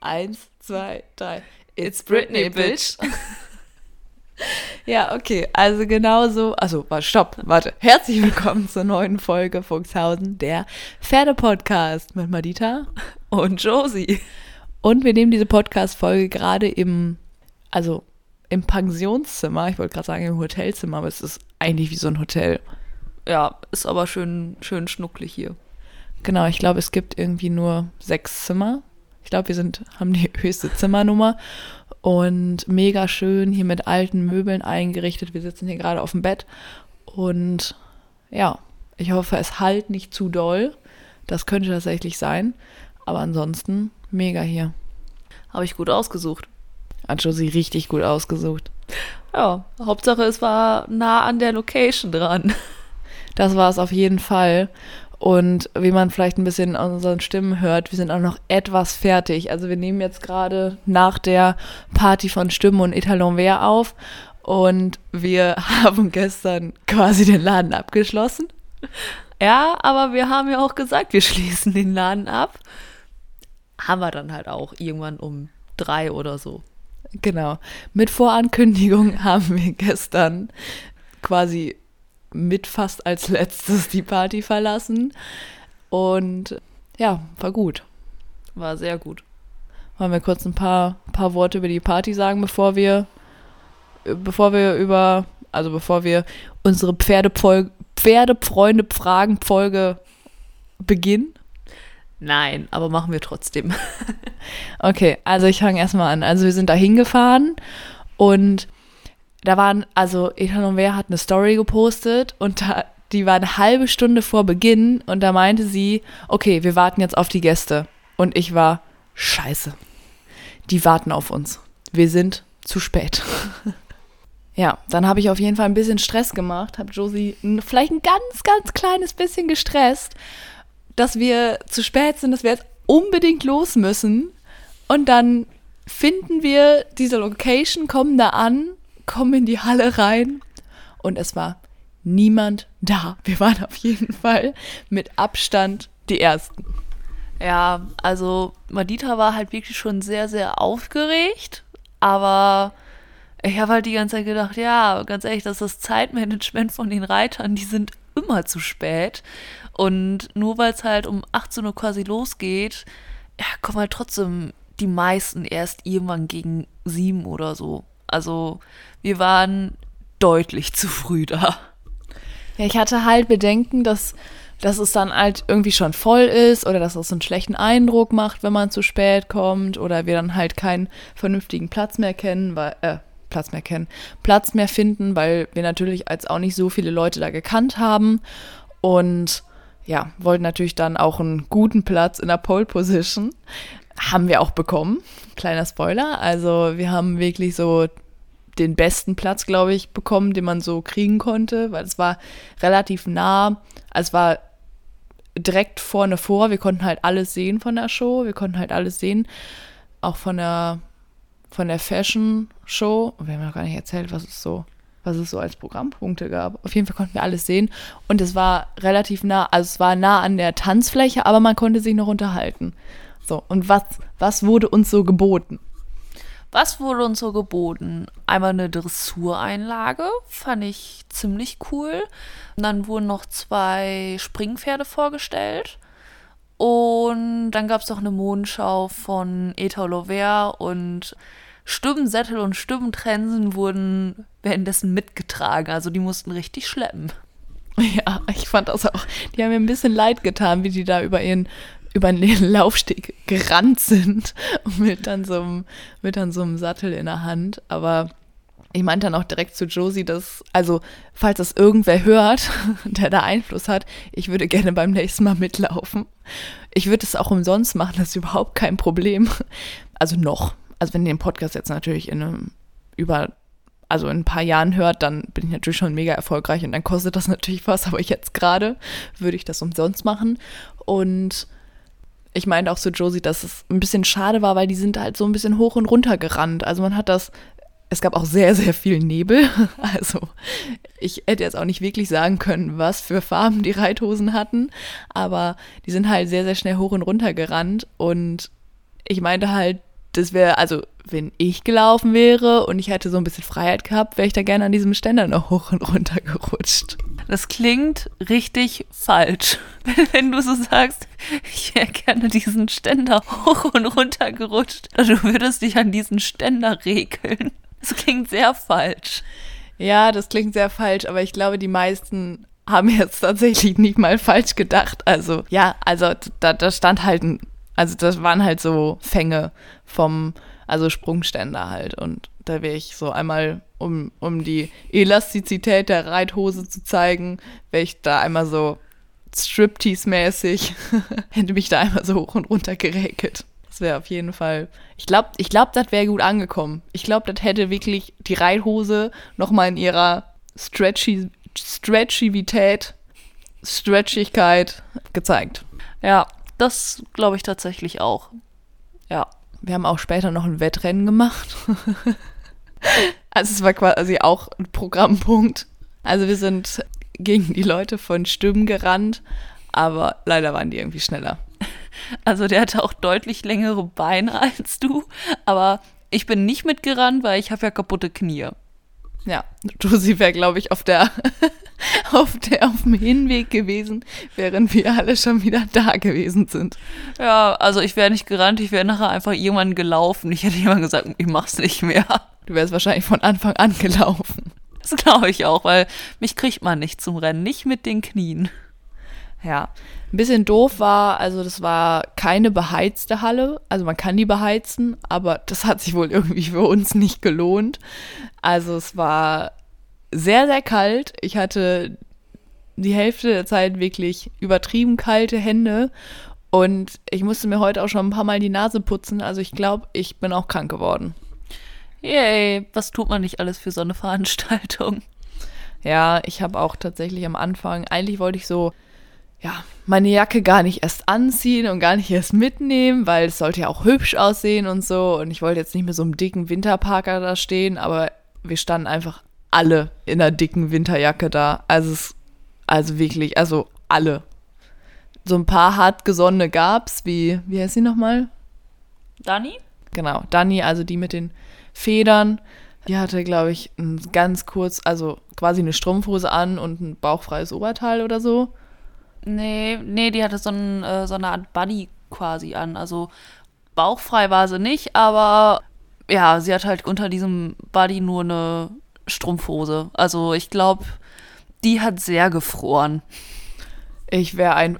1, 2, 3. It's Britney, bitch. Ja, okay, also genauso. Also, warte. Herzlich willkommen zur neuen Folge Fuchshausen, der Pferde-Podcast mit Madita und Josie. Und wir nehmen diese Podcast-Folge gerade im Pensionszimmer. Ich wollte gerade sagen im Hotelzimmer, aber es ist eigentlich wie so ein Hotel. Ja, ist aber schön schnucklig hier. Genau, ich glaube, es gibt irgendwie nur 6 Zimmer. Ich glaube, wir haben die höchste Zimmernummer und mega schön hier mit alten Möbeln eingerichtet. Wir sitzen hier gerade auf dem Bett und ja, ich hoffe, es hallt nicht zu doll. Das könnte tatsächlich sein, aber ansonsten mega hier. Habe ich gut ausgesucht. Hat Josie richtig gut ausgesucht. Ja, Hauptsache es war nah an der Location dran. Das war es auf jeden Fall. Und wie man vielleicht ein bisschen an unseren Stimmen hört, wir sind auch noch etwas fertig. Also wir nehmen jetzt gerade nach der Party von Stimmen und Etalon Vert auf und wir haben gestern quasi den Laden abgeschlossen. Ja, aber wir haben ja auch gesagt, wir schließen den Laden ab. Haben wir dann halt auch irgendwann um 3 oder so. Genau. Mit Vorankündigung haben wir gestern quasi mit fast als letztes die Party verlassen. Und ja, war gut. War sehr gut. Wollen wir kurz ein paar Worte über die Party sagen, bevor wir unsere Pferdefreunde-Fragen-Folge beginnen? Nein, aber machen wir trotzdem. Okay, also ich fange erstmal an. Also wir sind da hingefahren und Etalon Vert hat eine Story gepostet und die war eine halbe Stunde vor Beginn und da meinte sie, okay, wir warten jetzt auf die Gäste. Und ich war, scheiße, die warten auf uns. Wir sind zu spät. Ja, dann habe ich auf jeden Fall ein bisschen Stress gemacht, habe Josie vielleicht ein ganz, ganz kleines bisschen gestresst, dass wir zu spät sind, dass wir jetzt unbedingt los müssen. Und dann finden wir diese Location, kommen da an, kommen in die Halle rein und es war niemand da. Wir waren auf jeden Fall mit Abstand die Ersten. Ja, also Madita war halt wirklich schon sehr, sehr aufgeregt, aber ich habe halt die ganze Zeit gedacht, ja, ganz ehrlich, das ist das Zeitmanagement von den Reitern, die sind immer zu spät und nur weil es halt um 18 Uhr quasi losgeht, ja, kommen halt trotzdem die meisten erst irgendwann gegen 7 oder so. Also wir waren deutlich zu früh da. Ja, ich hatte halt Bedenken, dass es dann halt irgendwie schon voll ist oder dass es einen schlechten Eindruck macht, wenn man zu spät kommt oder wir dann halt keinen vernünftigen Platz mehr finden, weil wir natürlich als auch nicht so viele Leute da gekannt haben und ja, wollten natürlich dann auch einen guten Platz in der Pole Position. Haben wir auch bekommen. Kleiner Spoiler. Also wir haben wirklich so den besten Platz, glaube ich, bekommen, den man so kriegen konnte, weil es war relativ nah. Also es war direkt vorne vor. Wir konnten halt alles sehen von der Show. Wir konnten halt alles sehen. Auch von der Fashion Show. Wir haben noch gar nicht erzählt, was es so als Programmpunkte gab. Auf jeden Fall konnten wir alles sehen. Und es war relativ nah, also es war nah an der Tanzfläche, aber man konnte sich noch unterhalten. So, und was wurde uns so geboten? Was wurde uns so geboten? Einmal eine Dressureinlage, fand ich ziemlich cool. Und dann wurden noch 2 Springpferde vorgestellt. Und dann gab es noch eine Modenschau von Etalon Vert und Stübbensättel und Stübbentrensen wurden währenddessen mitgetragen. Also die mussten richtig schleppen. Ja, ich fand das auch. Die haben mir ein bisschen leid getan, wie die da über den Laufsteg gerannt sind mit dann so einem Sattel in der Hand. Aber ich meinte dann auch direkt zu Josie, falls das irgendwer hört, der da Einfluss hat, ich würde gerne beim nächsten Mal mitlaufen. Ich würde es auch umsonst machen, das ist überhaupt kein Problem. Also noch. Also wenn ihr den Podcast jetzt natürlich in ein paar Jahren hört, dann bin ich natürlich schon mega erfolgreich und dann kostet das natürlich was, aber jetzt gerade würde ich das umsonst machen. Und ich meinte auch zu Josie, dass es ein bisschen schade war, weil die sind halt so ein bisschen hoch und runter gerannt. Also es gab auch sehr, sehr viel Nebel. Also ich hätte jetzt auch nicht wirklich sagen können, was für Farben die Reithosen hatten, aber die sind halt sehr, sehr schnell hoch und runter gerannt und ich meinte halt, das wäre, also wenn ich gelaufen wäre und ich hätte so ein bisschen Freiheit gehabt, wäre ich da gerne an diesem Ständer noch hoch und runter gerutscht. Das klingt richtig falsch, wenn du so sagst, ich wäre gerne diesen Ständer hoch und runter gerutscht. Du würdest dich an diesen Ständer regeln. Das klingt sehr falsch. Ja, das klingt sehr falsch, aber ich glaube, die meisten haben jetzt tatsächlich nicht mal falsch gedacht. Also, ja, also da stand halt also das waren halt so Fänge also Sprungständer halt. Und da wäre ich so einmal, um die Elastizität der Reithose zu zeigen, wäre ich da einmal so Striptease-mäßig, hätte mich da einmal so hoch und runter geregelt. Das wäre auf jeden Fall, ich glaube, das wäre gut angekommen. Ich glaube, das hätte wirklich die Reithose nochmal in ihrer Stretchigkeit gezeigt. Ja, das glaube ich tatsächlich auch. Ja. Wir haben auch später noch ein Wettrennen gemacht. Also es war quasi auch ein Programmpunkt. Also wir sind gegen die Leute von Stimmen gerannt, aber leider waren die irgendwie schneller. Also der hatte auch deutlich längere Beine als du, aber ich bin nicht mitgerannt, weil ich habe ja kaputte Knie. Ja, Josie wäre, glaube ich, auf dem Hinweg gewesen, während wir alle schon wieder da gewesen sind. Ja, also ich wäre nicht gerannt, ich wäre nachher einfach irgendwann gelaufen. Ich hätte jemand gesagt, ich mach's nicht mehr. Du wärst wahrscheinlich von Anfang an gelaufen. Das glaube ich auch, weil mich kriegt man nicht zum Rennen, nicht mit den Knien. Ja, ein bisschen doof war, also das war keine beheizte Halle, also man kann die beheizen, aber das hat sich wohl irgendwie für uns nicht gelohnt. Also es war sehr, sehr kalt. Ich hatte die Hälfte der Zeit wirklich übertrieben kalte Hände und ich musste mir heute auch schon ein paar Mal die Nase putzen, also ich glaube, ich bin auch krank geworden. Yay, was tut man nicht alles für so eine Veranstaltung? Ja, ich habe auch tatsächlich am Anfang, eigentlich wollte ich so, meine Jacke gar nicht erst anziehen und gar nicht erst mitnehmen, weil es sollte ja auch hübsch aussehen und so. Und ich wollte jetzt nicht mit so einem dicken Winterparker da stehen, aber wir standen einfach alle in einer dicken Winterjacke da. Also wirklich, also alle. So ein paar hartgesonnene gab's, wie heißt sie nochmal? Dani? Genau, Dani, also die mit den Federn. Die hatte, glaube ich, ganz kurz, also quasi eine Strumpfhose an und ein bauchfreies Oberteil oder so. Nee, die hatte so eine Art Buddy quasi an. Also bauchfrei war sie nicht, aber ja, sie hat halt unter diesem Buddy nur eine Strumpfhose. Also ich glaube, die hat sehr gefroren. Ich hätte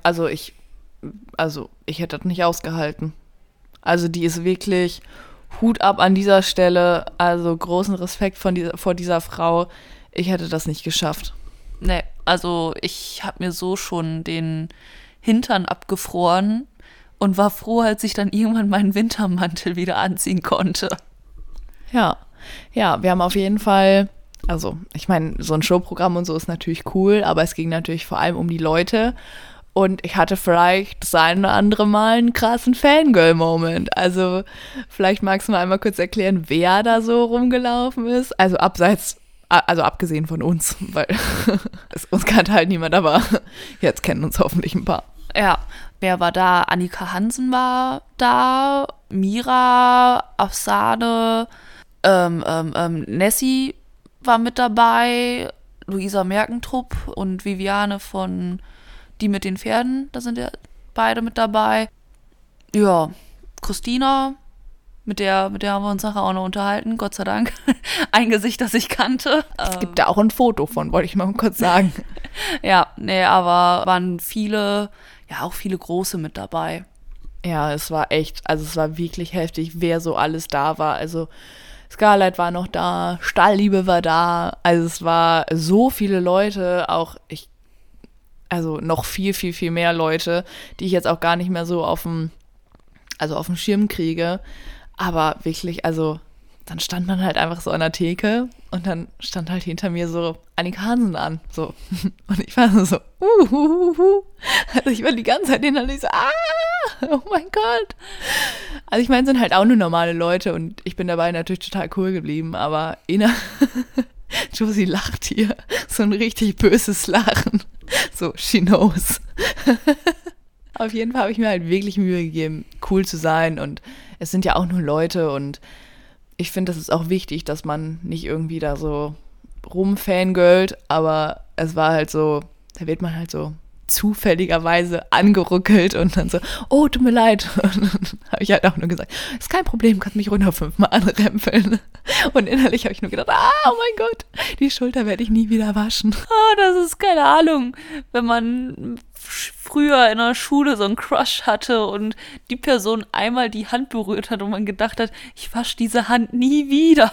das nicht ausgehalten. Also die ist wirklich Hut ab an dieser Stelle. Also großen Respekt vor dieser Frau. Ich hätte das nicht geschafft. Nee, also ich habe mir so schon den Hintern abgefroren und war froh, als ich dann irgendwann meinen Wintermantel wieder anziehen konnte. Ja, wir haben auf jeden Fall, also ich meine, so ein Showprogramm und so ist natürlich cool, aber es ging natürlich vor allem um die Leute und ich hatte vielleicht das eine oder andere Mal einen krassen Fangirl-Moment. Also vielleicht magst du mal einmal kurz erklären, wer da so rumgelaufen ist. Also abgesehen von uns, weil uns kannte halt niemand, aber jetzt kennen uns hoffentlich ein paar. Ja, wer war da? Annika Hansen war da, Mira, Afsane, Nessie war mit dabei, Luisa Merkentrupp und Viviane von Die mit den Pferden, da sind ja beide mit dabei. Ja, Christina, mit der haben wir uns nachher auch noch unterhalten, Gott sei Dank. Ein Gesicht, das ich kannte. Es gibt da auch ein Foto von, wollte ich mal kurz sagen. Ja, nee, aber waren viele große mit dabei. Ja, es war wirklich heftig, wer so alles da war. Also Scarlett war noch da, Stallliebe war da. Also es war so viele Leute, also noch viel, viel, viel mehr Leute, die ich jetzt auch gar nicht mehr so auf dem Schirm kriege. Aber wirklich, also dann stand man halt einfach so an der Theke und dann stand halt hinter mir so Annika Hansen an. So. Und ich war so, Also ich war die ganze Zeit hinter und so, oh mein Gott. Also ich meine, es sind halt auch nur normale Leute und ich bin dabei natürlich total cool geblieben, aber Josie lacht hier. So ein richtig böses Lachen. So, she knows. Auf jeden Fall habe ich mir halt wirklich Mühe gegeben, cool zu sein und es sind ja auch nur Leute und ich finde, das ist auch wichtig, dass man nicht irgendwie da so rumfangirlt, aber es war halt so, da wird man halt so zufälligerweise angeruckelt und dann so, oh, tut mir leid. Und dann habe ich halt auch nur gesagt, ist kein Problem, kannst mich runter 5-mal anrempeln. Und innerlich habe ich nur gedacht, oh mein Gott, die Schulter werde ich nie wieder waschen. Oh, das ist keine Ahnung, wenn man früher in der Schule so einen Crush hatte und die Person einmal die Hand berührt hat und man gedacht hat, ich wasche diese Hand nie wieder.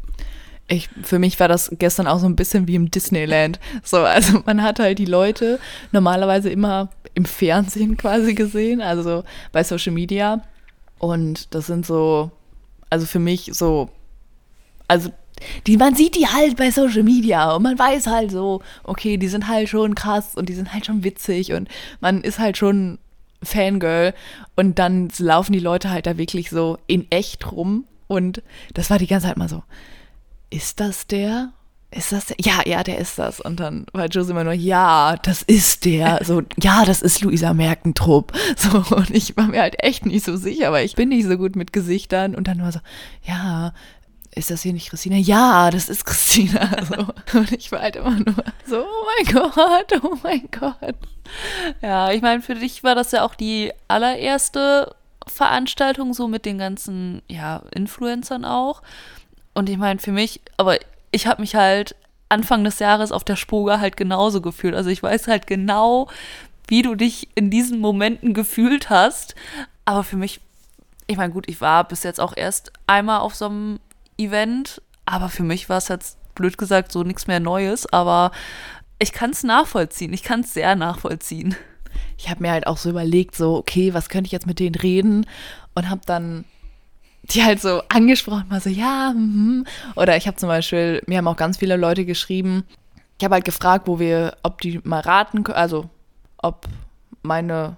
Für mich war das gestern auch so ein bisschen wie im Disneyland. So, also man hat halt die Leute normalerweise immer im Fernsehen quasi gesehen, also bei Social Media. Und das sind so, also für mich so, also man sieht die halt bei Social Media und man weiß halt so, okay, die sind halt schon krass und die sind halt schon witzig und man ist halt schon Fangirl und dann laufen die Leute halt da wirklich so in echt rum und das war die ganze Zeit mal so, ist das der? Ist das der? Ja, der ist das. Und dann war Josie immer nur, ja, das ist der. So, ja, das ist Luisa Merkentrup. So, und ich war mir halt echt nicht so sicher, weil ich bin nicht so gut mit Gesichtern. Und dann war so, ja, ist das hier nicht Christina? Ja, das ist Christina. So. Und ich war halt immer nur so, oh mein Gott, oh mein Gott. Ja, ich meine, für dich war das ja auch die allererste Veranstaltung so mit den ganzen, ja, Influencern auch. Und ich meine, für mich, aber ich habe mich halt Anfang des Jahres auf der Spoga halt genauso gefühlt. Also ich weiß halt genau, wie du dich in diesen Momenten gefühlt hast. Aber für mich, ich meine, gut, ich war bis jetzt auch erst einmal auf so einem Event. Aber für mich war es jetzt, blöd gesagt, so nichts mehr Neues. Aber ich kann es nachvollziehen. Ich kann es sehr nachvollziehen. Ich habe mir halt auch so überlegt, so, okay, was könnte ich jetzt mit denen reden? Und habe dann die halt so angesprochen, mal so, ja, Oder ich habe zum Beispiel, mir haben auch ganz viele Leute geschrieben, ich habe halt gefragt, ob die mal raten können, also ob meine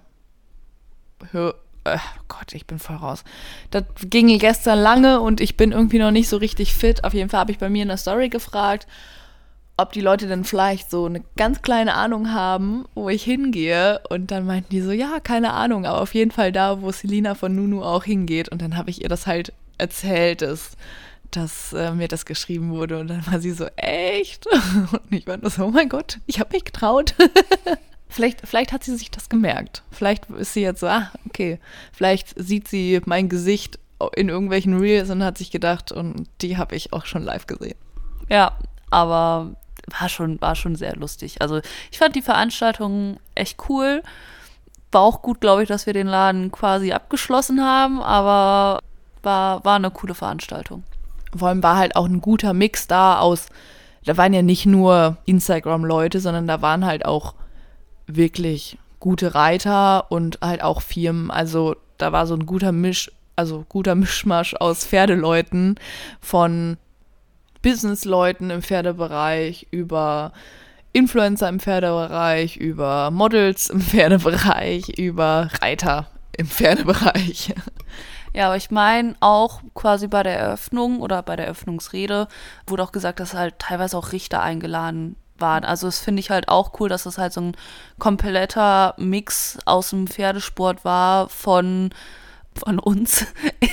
Gott, ich bin voll raus. Das ging gestern lange und ich bin irgendwie noch nicht so richtig fit. Auf jeden Fall habe ich bei mir in der Story gefragt, ob die Leute denn vielleicht so eine ganz kleine Ahnung haben, wo ich hingehe. Und dann meinten die so, ja, keine Ahnung, aber auf jeden Fall da, wo Selina von Nunu auch hingeht. Und dann habe ich ihr das halt erzählt, dass mir das geschrieben wurde. Und dann war sie so, echt? Und ich war nur so, oh mein Gott, ich habe mich getraut. Vielleicht hat sie sich das gemerkt. Vielleicht ist sie jetzt so, okay, vielleicht sieht sie mein Gesicht in irgendwelchen Reels und hat sich gedacht, und die habe ich auch schon live gesehen. Ja, aber war schon sehr lustig. Also ich fand die Veranstaltung echt cool. War auch gut, glaube ich, dass wir den Laden quasi abgeschlossen haben, aber war eine coole Veranstaltung. Vor allem war halt auch ein guter Mix da waren ja nicht nur Instagram-Leute, sondern da waren halt auch wirklich gute Reiter und halt auch Firmen. Also da war so ein guter Mischmasch aus Pferdeleuten, von Businessleuten im Pferdebereich, über Influencer im Pferdebereich, über Models im Pferdebereich, über Reiter im Pferdebereich. Ja, aber ich meine auch quasi bei der Eröffnung oder bei der Eröffnungsrede wurde auch gesagt, dass halt teilweise auch Richter eingeladen waren. Also das finde ich halt auch cool, dass das halt so ein kompletter Mix aus dem Pferdesport war von uns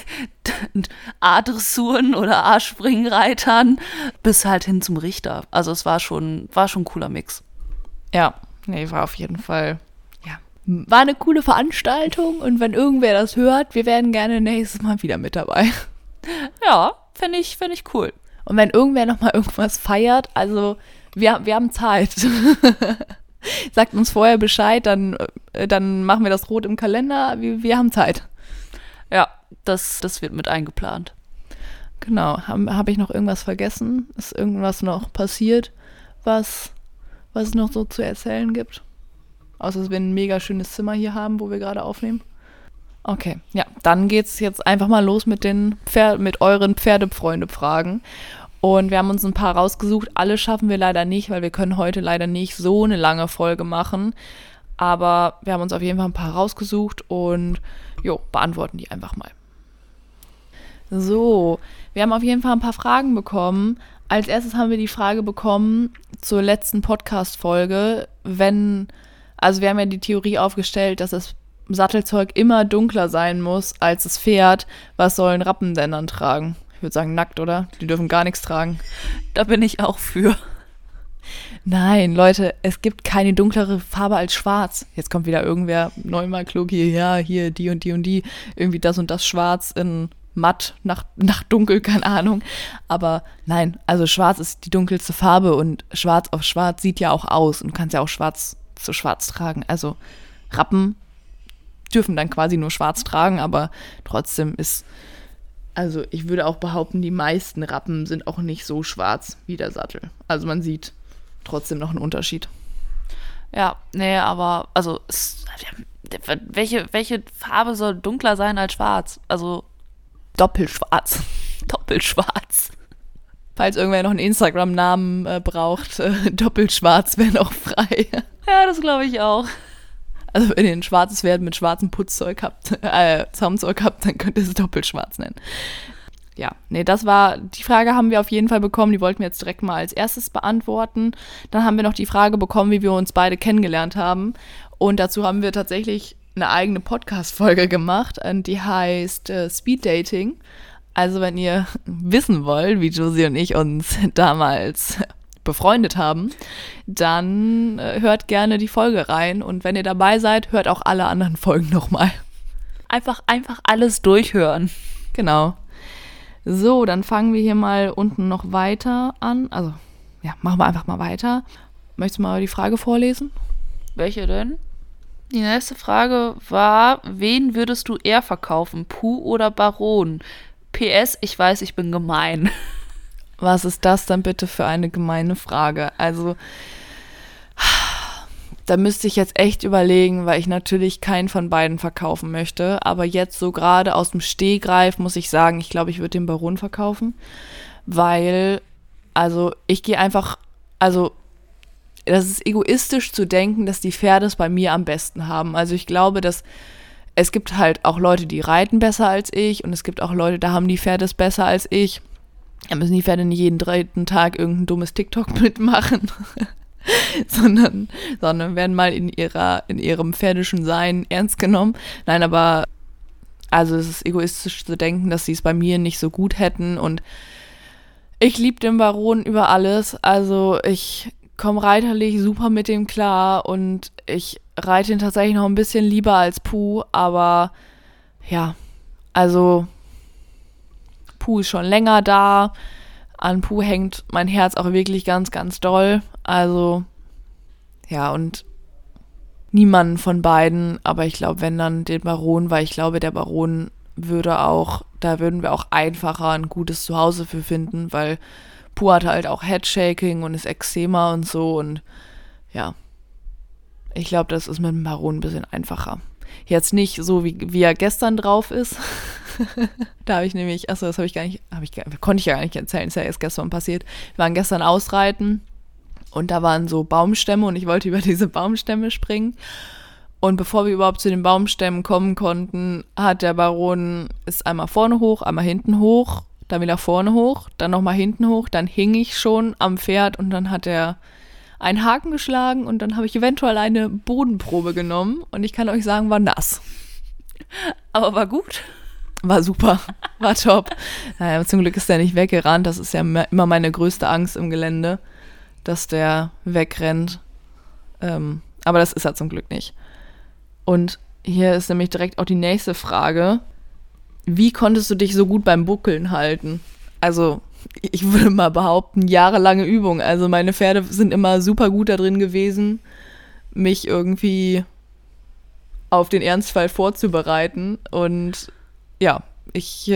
A-Dressuren oder A-Springreitern bis halt hin zum Richter. Also es war schon ein cooler Mix. Ja, nee, war auf jeden Fall, ja, war eine coole Veranstaltung und wenn irgendwer das hört, wir werden gerne nächstes Mal wieder mit dabei. Ja, finde ich cool. Und wenn irgendwer nochmal irgendwas feiert, also wir haben Zeit. Sagt uns vorher Bescheid, dann machen wir das rot im Kalender, wir haben Zeit. Ja, das wird mit eingeplant. Genau. Hab ich noch irgendwas vergessen? Ist irgendwas noch passiert, was es noch so zu erzählen gibt? Außer, dass wir ein mega schönes Zimmer hier haben, wo wir gerade aufnehmen. Okay, ja, dann geht's jetzt einfach mal los mit euren Pferdefreunde-Fragen. Und wir haben uns ein paar rausgesucht. Alle schaffen wir leider nicht, weil wir können heute leider nicht so eine lange Folge machen. Aber wir haben uns auf jeden Fall ein paar rausgesucht und beantworten die einfach mal. So, wir haben auf jeden Fall ein paar Fragen bekommen. Als erstes haben wir die Frage bekommen zur letzten Podcast-Folge, wir haben ja die Theorie aufgestellt, dass es Sattelzeug immer dunkler sein muss als das Pferd, was sollen Rappen denn dann tragen? Ich würde sagen nackt, oder? Die dürfen gar nichts tragen. Da bin ich auch für. Nein, Leute, es gibt keine dunklere Farbe als schwarz. Jetzt kommt wieder irgendwer neunmal klug hier, ja, hier, die und die und die. Irgendwie das und das Schwarz in matt, nach dunkel, keine Ahnung. Aber nein, also schwarz ist die dunkelste Farbe und schwarz auf schwarz sieht ja auch aus. Und du kannst ja auch schwarz zu schwarz tragen. Also Rappen dürfen dann quasi nur schwarz tragen, aber trotzdem ist, also ich würde auch behaupten, die meisten Rappen sind auch nicht so schwarz wie der Sattel. Also man sieht trotzdem noch einen Unterschied. Ja, nee, aber, also, welche Farbe soll dunkler sein als schwarz? Also, Doppelschwarz. doppelschwarz. Falls irgendwer noch einen Instagram-Namen braucht, Doppelschwarz wäre noch frei. Ja, das glaube ich auch. Also wenn ihr ein schwarzes Pferd mit schwarzem Putzzeug habt, Zaumzeug habt, dann könnt ihr es Doppelschwarz nennen. Ja, nee, die Frage haben wir auf jeden Fall bekommen, die wollten wir jetzt direkt mal als erstes beantworten. Dann haben wir noch die Frage bekommen, wie wir uns beide kennengelernt haben. Und dazu haben wir tatsächlich eine eigene Podcast-Folge gemacht, und die heißt Speed Dating. Also wenn ihr wissen wollt, wie Josie und ich uns damals befreundet haben, dann hört gerne die Folge rein. Und wenn ihr dabei seid, hört auch alle anderen Folgen nochmal. Einfach alles durchhören. Genau. So, dann fangen wir hier mal unten noch weiter an. Also, ja, machen wir einfach mal weiter. Möchtest du mal die Frage vorlesen? Welche denn? Die nächste Frage war, wen würdest du eher verkaufen, Puh oder Baron? PS, ich weiß, ich bin gemein. Was ist das dann bitte für eine gemeine Frage? Also, da müsste ich jetzt echt überlegen, weil ich natürlich keinen von beiden verkaufen möchte. Aber jetzt so gerade aus dem Stegreif muss ich sagen, ich glaube, ich würde den Baron verkaufen. Weil, also ich gehe einfach, also das ist egoistisch zu denken, dass die Pferde es bei mir am besten haben. Also ich glaube, dass es gibt halt auch Leute, die reiten besser als ich. Und es gibt auch Leute, da haben die Pferde es besser als ich. Da müssen die Pferde nicht jeden dritten Tag irgendein dummes TikTok mitmachen. sondern werden mal in ihrem pferdischen Sein ernst genommen. Nein, aber also es ist egoistisch zu denken, dass sie es bei mir nicht so gut hätten, und ich liebe den Baron über alles. Also ich komme reiterlich super mit dem klar und ich reite ihn tatsächlich noch ein bisschen lieber als Puh, aber ja, also Puh ist schon länger da. An Puh hängt mein Herz auch wirklich ganz, ganz doll. Also, ja, und niemanden von beiden, aber ich glaube, wenn dann den Baron, weil ich glaube, der Baron würden wir auch einfacher ein gutes Zuhause für finden, weil Puh hatte halt auch Headshaking und ist Eczema und so, und ja, ich glaube, das ist mit dem Baron ein bisschen einfacher. Jetzt nicht so, wie er gestern drauf ist. Da habe ich nämlich, achso, das konnte ich ja gar nicht erzählen, ist ja erst gestern passiert. Wir waren gestern ausreiten und da waren so Baumstämme und ich wollte über diese Baumstämme springen. Und bevor wir überhaupt zu den Baumstämmen kommen konnten, hat der Baron, ist einmal vorne hoch, einmal hinten hoch, dann wieder vorne hoch, dann nochmal hinten hoch, dann hing ich schon am Pferd und dann hat er einen Haken geschlagen und dann habe ich eventuell eine Bodenprobe genommen und ich kann euch sagen, war nass. Aber war gut. War super, war top. Naja, zum Glück ist der nicht weggerannt. Das ist ja immer meine größte Angst im Gelände, dass der wegrennt. Aber das ist er zum Glück nicht. Und hier ist nämlich direkt auch die nächste Frage. Wie konntest du dich so gut beim Buckeln halten? Also, ich würde mal behaupten, jahrelange Übung. Also meine Pferde sind immer super gut da drin gewesen, mich irgendwie auf den Ernstfall vorzubereiten. Und ja, ich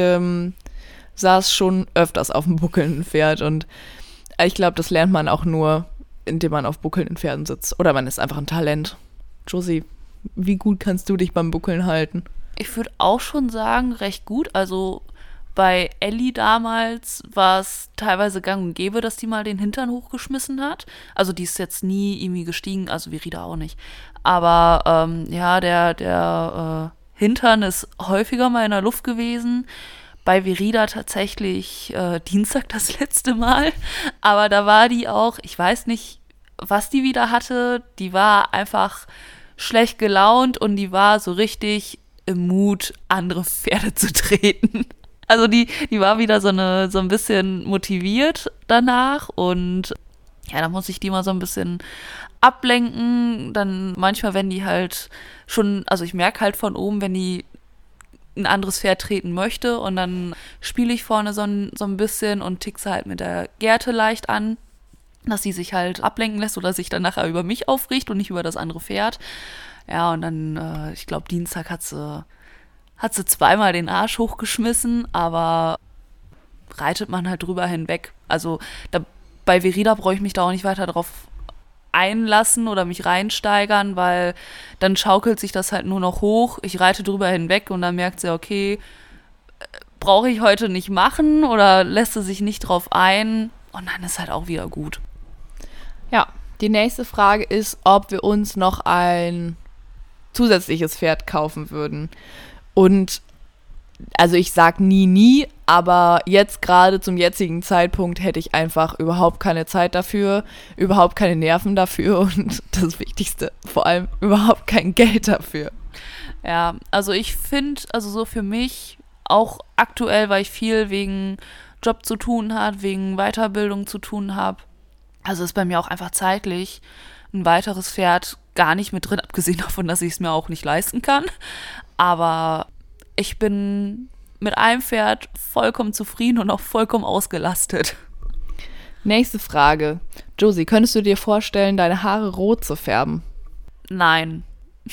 saß schon öfters auf dem buckelnden Pferd und ich glaube, das lernt man auch nur, indem man auf buckelnden Pferden sitzt. Oder man ist einfach ein Talent. Josie, wie gut kannst du dich beim Buckeln halten? Ich würde auch schon sagen, recht gut. Also bei Ellie damals war es teilweise gang und gäbe, dass die mal den Hintern hochgeschmissen hat. Also die ist jetzt nie irgendwie gestiegen, also Verida auch nicht. Aber ja, der Hintern ist häufiger mal in der Luft gewesen. Bei Verida tatsächlich Dienstag das letzte Mal. Aber da war die auch, ich weiß nicht, was die wieder hatte. Die war einfach schlecht gelaunt und die war so richtig im Mut, andere Pferde zu treten. Also die war wieder so ein bisschen motiviert danach und ja, da muss ich die mal so ein bisschen ablenken. Dann manchmal, wenn die halt schon, also ich merke halt von oben, wenn die ein anderes Pferd treten möchte und dann spiele ich vorne so ein bisschen und tickse halt mit der Gerte leicht an, dass sie sich halt ablenken lässt oder sich dann nachher über mich aufricht und nicht über das andere Pferd. Ja, und dann, ich glaube, Dienstag hat sie zweimal den Arsch hochgeschmissen, aber reitet man halt drüber hinweg. Also bei Verida brauche ich mich da auch nicht weiter drauf einlassen oder mich reinsteigern, weil dann schaukelt sich das halt nur noch hoch. Ich reite drüber hinweg und dann merkt sie, okay, brauche ich heute nicht machen oder lässt sie sich nicht drauf ein und dann ist halt auch wieder gut. Ja, die nächste Frage ist, ob wir uns noch ein zusätzliches Pferd kaufen würden. Und also ich sag nie, aber jetzt gerade zum jetzigen Zeitpunkt hätte ich einfach überhaupt keine Zeit dafür, überhaupt keine Nerven dafür und das Wichtigste, vor allem überhaupt kein Geld dafür. Ja, also ich finde, also so für mich, auch aktuell, weil ich viel wegen Job zu tun habe, wegen Weiterbildung zu tun habe, also ist bei mir auch einfach zeitlich ein weiteres Pferd gar nicht mit drin, abgesehen davon, dass ich es mir auch nicht leisten kann. Aber ich bin mit einem Pferd vollkommen zufrieden und auch vollkommen ausgelastet. Nächste Frage. Josie, könntest du dir vorstellen, deine Haare rot zu färben? Nein.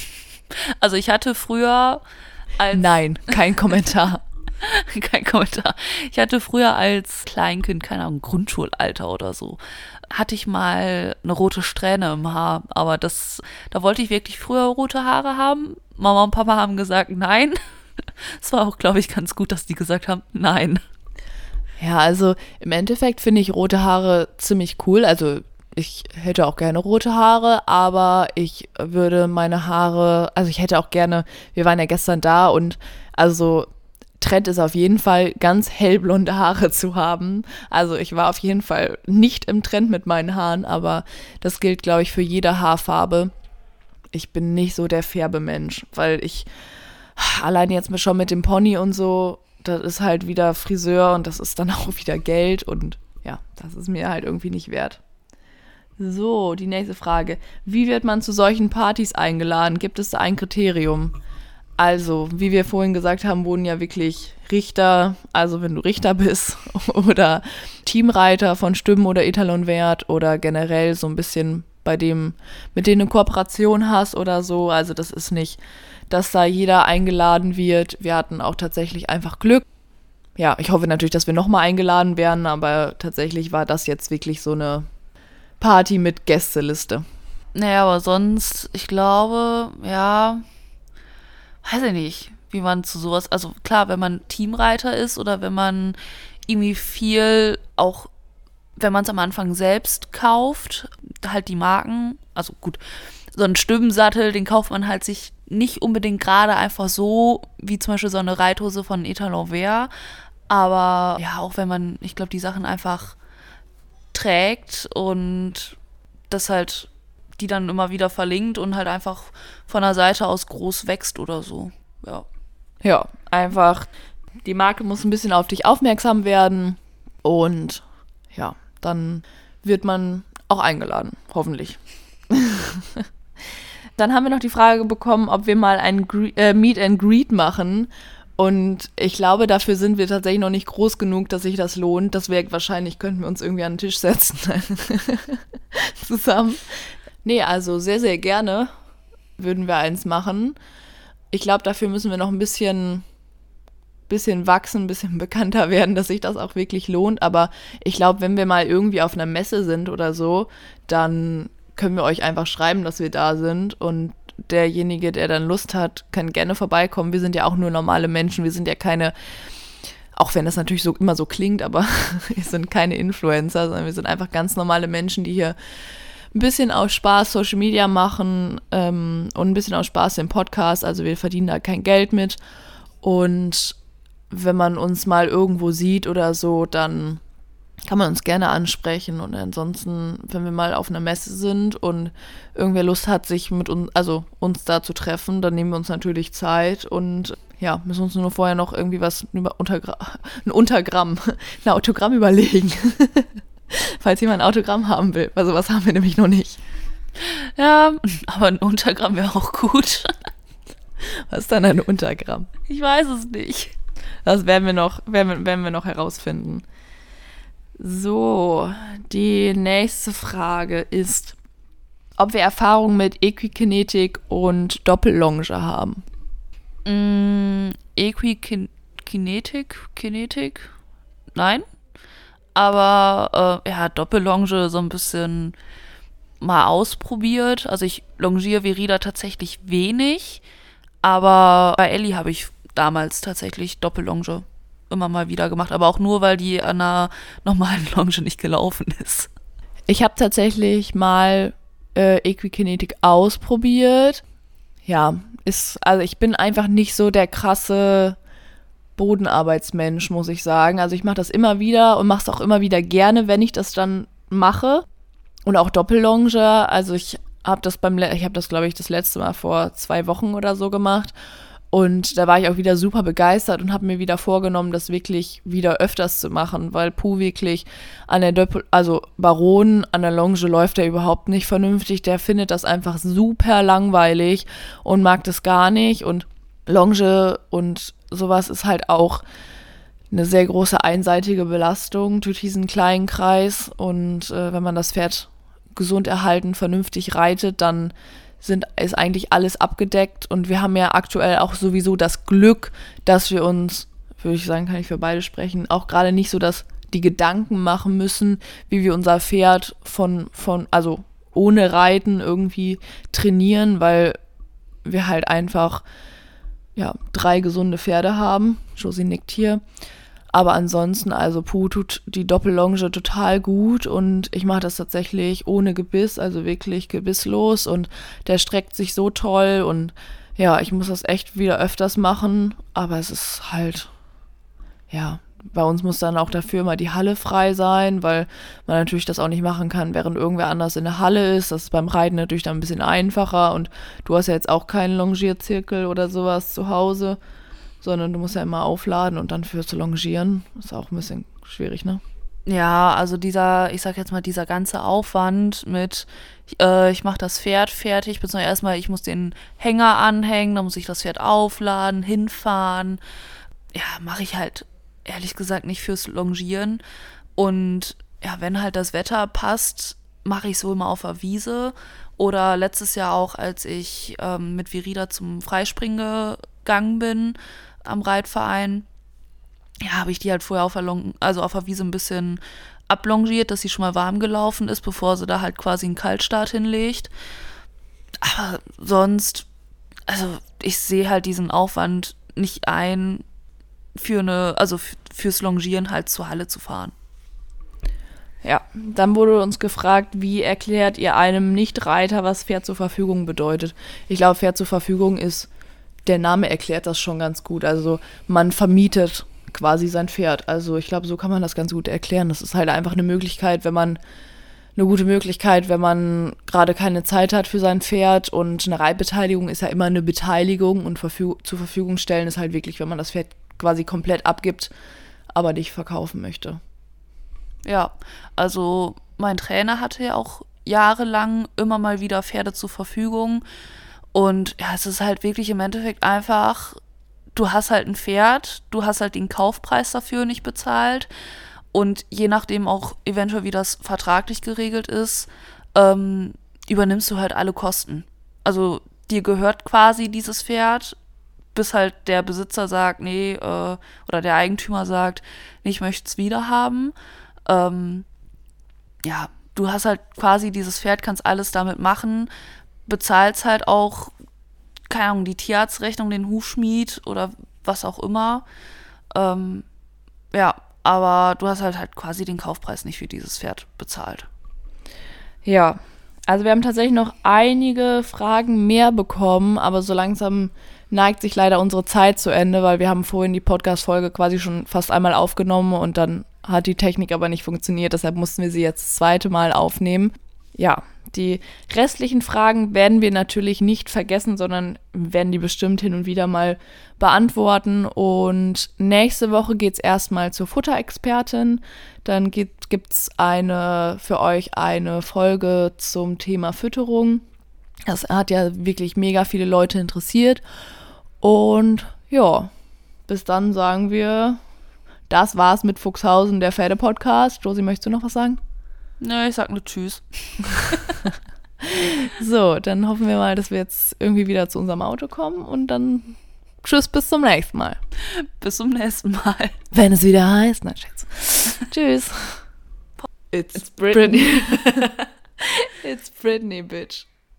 Also ich hatte früher als... Nein, kein Kommentar. Kein Kommentar. Ich hatte früher als Kleinkind, keine Ahnung, Grundschulalter oder so, hatte ich mal eine rote Strähne im Haar. Aber da wollte ich wirklich früher rote Haare haben. Mama und Papa haben gesagt, nein. Es war auch, glaube ich, ganz gut, dass die gesagt haben, nein. Ja, also im Endeffekt finde ich rote Haare ziemlich cool. Also ich hätte auch gerne rote Haare, aber ich würde meine Haare, also ich hätte auch gerne, wir waren ja gestern da und also Trend ist auf jeden Fall, ganz hellblonde Haare zu haben. Also ich war auf jeden Fall nicht im Trend mit meinen Haaren, aber das gilt, glaube ich, für jede Haarfarbe. Ich bin nicht so der Färbemensch, weil ich allein jetzt schon mit dem Pony und so, das ist halt wieder Friseur und das ist dann auch wieder Geld und ja, das ist mir halt irgendwie nicht wert. So, die nächste Frage. Wie wird man zu solchen Partys eingeladen? Gibt es da ein Kriterium? Also, wie wir vorhin gesagt haben, wurden ja wirklich Richter, also wenn du Richter bist oder Teamreiter von Stimmen oder Etalonwert oder generell so ein bisschen bei dem, mit denen du eine Kooperation hast oder so. Also das ist nicht, dass da jeder eingeladen wird. Wir hatten auch tatsächlich einfach Glück. Ja, ich hoffe natürlich, dass wir nochmal eingeladen werden, aber tatsächlich war das jetzt wirklich so eine Party mit Gästeliste. Naja, aber sonst, ich glaube, ja, weiß ich nicht, wie man zu sowas, also klar, wenn man Teamreiter ist oder wenn man irgendwie viel, auch wenn man es am Anfang selbst kauft, halt die Marken, also gut, so einen Stimmensattel, den kauft man halt sich nicht unbedingt gerade einfach so, wie zum Beispiel so eine Reithose von Etalonvert, aber ja, auch wenn man, ich glaube, die Sachen einfach trägt und das halt die dann immer wieder verlinkt und halt einfach von der Seite aus groß wächst oder so. Ja. Ja, einfach, die Marke muss ein bisschen auf dich aufmerksam werden und ja, dann wird man auch eingeladen, hoffentlich. Dann haben wir noch die Frage bekommen, ob wir mal ein Meet and Greet machen. Und ich glaube, dafür sind wir tatsächlich noch nicht groß genug, dass sich das lohnt. Das wäre wahrscheinlich, könnten wir uns irgendwie an den Tisch setzen zusammen. Nee, also sehr, sehr gerne würden wir eins machen. Ich glaube, dafür müssen wir noch ein bisschen wachsen, ein bisschen bekannter werden, dass sich das auch wirklich lohnt. Aber ich glaube, wenn wir mal irgendwie auf einer Messe sind oder so, dann können wir euch einfach schreiben, dass wir da sind. Und derjenige, der dann Lust hat, kann gerne vorbeikommen. Wir sind ja auch nur normale Menschen. Wir sind ja keine, auch wenn das natürlich so immer so klingt, aber wir sind keine Influencer, sondern wir sind einfach ganz normale Menschen, die hier ein bisschen aus Spaß Social Media machen und ein bisschen aus Spaß den Podcast. Also wir verdienen da kein Geld mit. Und wenn man uns mal irgendwo sieht oder so, dann kann man uns gerne ansprechen. Und ansonsten, wenn wir mal auf einer Messe sind und irgendwer Lust hat, sich mit uns, also uns da zu treffen, dann nehmen wir uns natürlich Zeit und ja, müssen uns nur vorher noch irgendwie was über ein Autogramm überlegen. Falls jemand ein Autogramm haben will. Also was haben wir nämlich noch nicht. Ja, aber ein Untergramm wäre auch gut. Was ist dann ein Untergramm? Ich weiß es nicht. Das werden wir noch herausfinden. So, die nächste Frage ist, ob wir Erfahrung mit Equikinetik und Doppellonge haben. Kinetik? Nein. Aber ja, Doppellonge so ein bisschen mal ausprobiert. Also ich longiere Verida tatsächlich wenig, aber bei Ellie habe ich damals tatsächlich Doppellonge immer mal wieder gemacht, aber auch nur, weil die an einer normalen Longe nicht gelaufen ist. Ich habe tatsächlich mal Equikinetik ausprobiert. Ja, also ich bin einfach nicht so der krasse Bodenarbeitsmensch, muss ich sagen. Also ich mache das immer wieder und mache es auch immer wieder gerne, wenn ich das dann mache. Und auch Doppellonge. Also ich habe das glaube ich, das letzte Mal vor 2 Wochen oder so gemacht. Und da war ich auch wieder super begeistert und habe mir wieder vorgenommen, das wirklich wieder öfters zu machen, weil Puh wirklich Baron an der Longe läuft der überhaupt nicht vernünftig. Der findet das einfach super langweilig und mag das gar nicht. Und Longe und sowas ist halt auch eine sehr große einseitige Belastung durch diesen kleinen Kreis. Und wenn man das Pferd gesund erhalten, vernünftig reitet, dann ist eigentlich alles abgedeckt und wir haben ja aktuell auch sowieso das Glück, dass wir uns, würde ich sagen, kann ich für beide sprechen, auch gerade nicht so die Gedanken machen müssen, wie wir unser Pferd also ohne Reiten irgendwie trainieren, weil wir halt einfach 3 gesunde Pferde haben. Josie nickt hier. Aber ansonsten, also Puh tut die Doppellonge total gut und ich mache das tatsächlich ohne Gebiss, also wirklich gebisslos und der streckt sich so toll und ja, ich muss das echt wieder öfters machen, aber es ist halt, bei uns muss dann auch dafür immer die Halle frei sein, weil man natürlich das auch nicht machen kann, während irgendwer anders in der Halle ist. Das ist beim Reiten natürlich dann ein bisschen einfacher und du hast ja jetzt auch keinen Longierzirkel oder sowas zu Hause, sondern du musst ja immer aufladen und dann für zu longieren. Ist auch ein bisschen schwierig, ne? Ja, also dieser ganze Aufwand mit, ich mache das Pferd fertig, beziehungsweise erstmal, ich muss den Hänger anhängen, dann muss ich das Pferd aufladen, hinfahren. Ja, mache ich halt ehrlich gesagt nicht fürs Longieren. Und ja, wenn halt das Wetter passt, mache ich so immer auf der Wiese. Oder letztes Jahr auch, als ich mit Verida zum Freispringen gegangen bin, am Reitverein, ja, habe ich die halt vorher auf der Wiese ein bisschen ablongiert, dass sie schon mal warm gelaufen ist, bevor sie da halt quasi einen Kaltstart hinlegt. Aber sonst, also ich sehe halt diesen Aufwand nicht ein, fürs Longieren halt zur Halle zu fahren. Ja, dann wurde uns gefragt, wie erklärt ihr einem Nicht-Reiter, was Pferd zur Verfügung bedeutet? Ich glaube, Pferd zur Verfügung der Name erklärt das schon ganz gut. Also man vermietet quasi sein Pferd. Also ich glaube, so kann man das ganz gut erklären. Das ist halt einfach eine gute Möglichkeit, wenn man gerade keine Zeit hat für sein Pferd und eine Reitbeteiligung ist ja immer eine Beteiligung und zur Verfügung stellen ist halt wirklich, wenn man das Pferd quasi komplett abgibt, aber nicht verkaufen möchte. Ja, also mein Trainer hatte ja auch jahrelang immer mal wieder Pferde zur Verfügung. Und ja, es ist halt wirklich im Endeffekt einfach, du hast halt ein Pferd, du hast halt den Kaufpreis dafür nicht bezahlt und je nachdem auch eventuell, wie das vertraglich geregelt ist, übernimmst du halt alle Kosten. Also dir gehört quasi dieses Pferd, bis halt der Besitzer sagt, nee, oder der Eigentümer sagt, nee, ich möchte es wieder haben. Ja, du hast halt quasi dieses Pferd, kannst alles damit machen, bezahlst halt auch, keine Ahnung, die Tierarztrechnung, den Hufschmied oder was auch immer. Ja, aber du hast halt quasi den Kaufpreis nicht für dieses Pferd bezahlt. Ja, also wir haben tatsächlich noch einige Fragen mehr bekommen, aber so langsam neigt sich leider unsere Zeit zu Ende, weil wir haben vorhin die Podcast-Folge quasi schon fast einmal aufgenommen und dann hat die Technik aber nicht funktioniert, deshalb mussten wir sie jetzt das zweite Mal aufnehmen. Ja, die restlichen Fragen werden wir natürlich nicht vergessen, sondern werden die bestimmt hin und wieder mal beantworten. Und nächste Woche geht es erstmal zur Futterexpertin. Dann gibt's für euch eine Folge zum Thema Fütterung. Das hat ja wirklich mega viele Leute interessiert. Und ja, bis dann sagen wir, das war's mit Fuchshausen, der Pferde-Podcast. Josi, möchtest du noch was sagen? Nö, ich sag nur Tschüss. So, dann hoffen wir mal, dass wir jetzt irgendwie wieder zu unserem Auto kommen und dann tschüss, bis zum nächsten Mal. Bis zum nächsten Mal. Wenn es wieder heißt, nein, Schätze. Tschüss. It's Britney. It's Britney, bitch.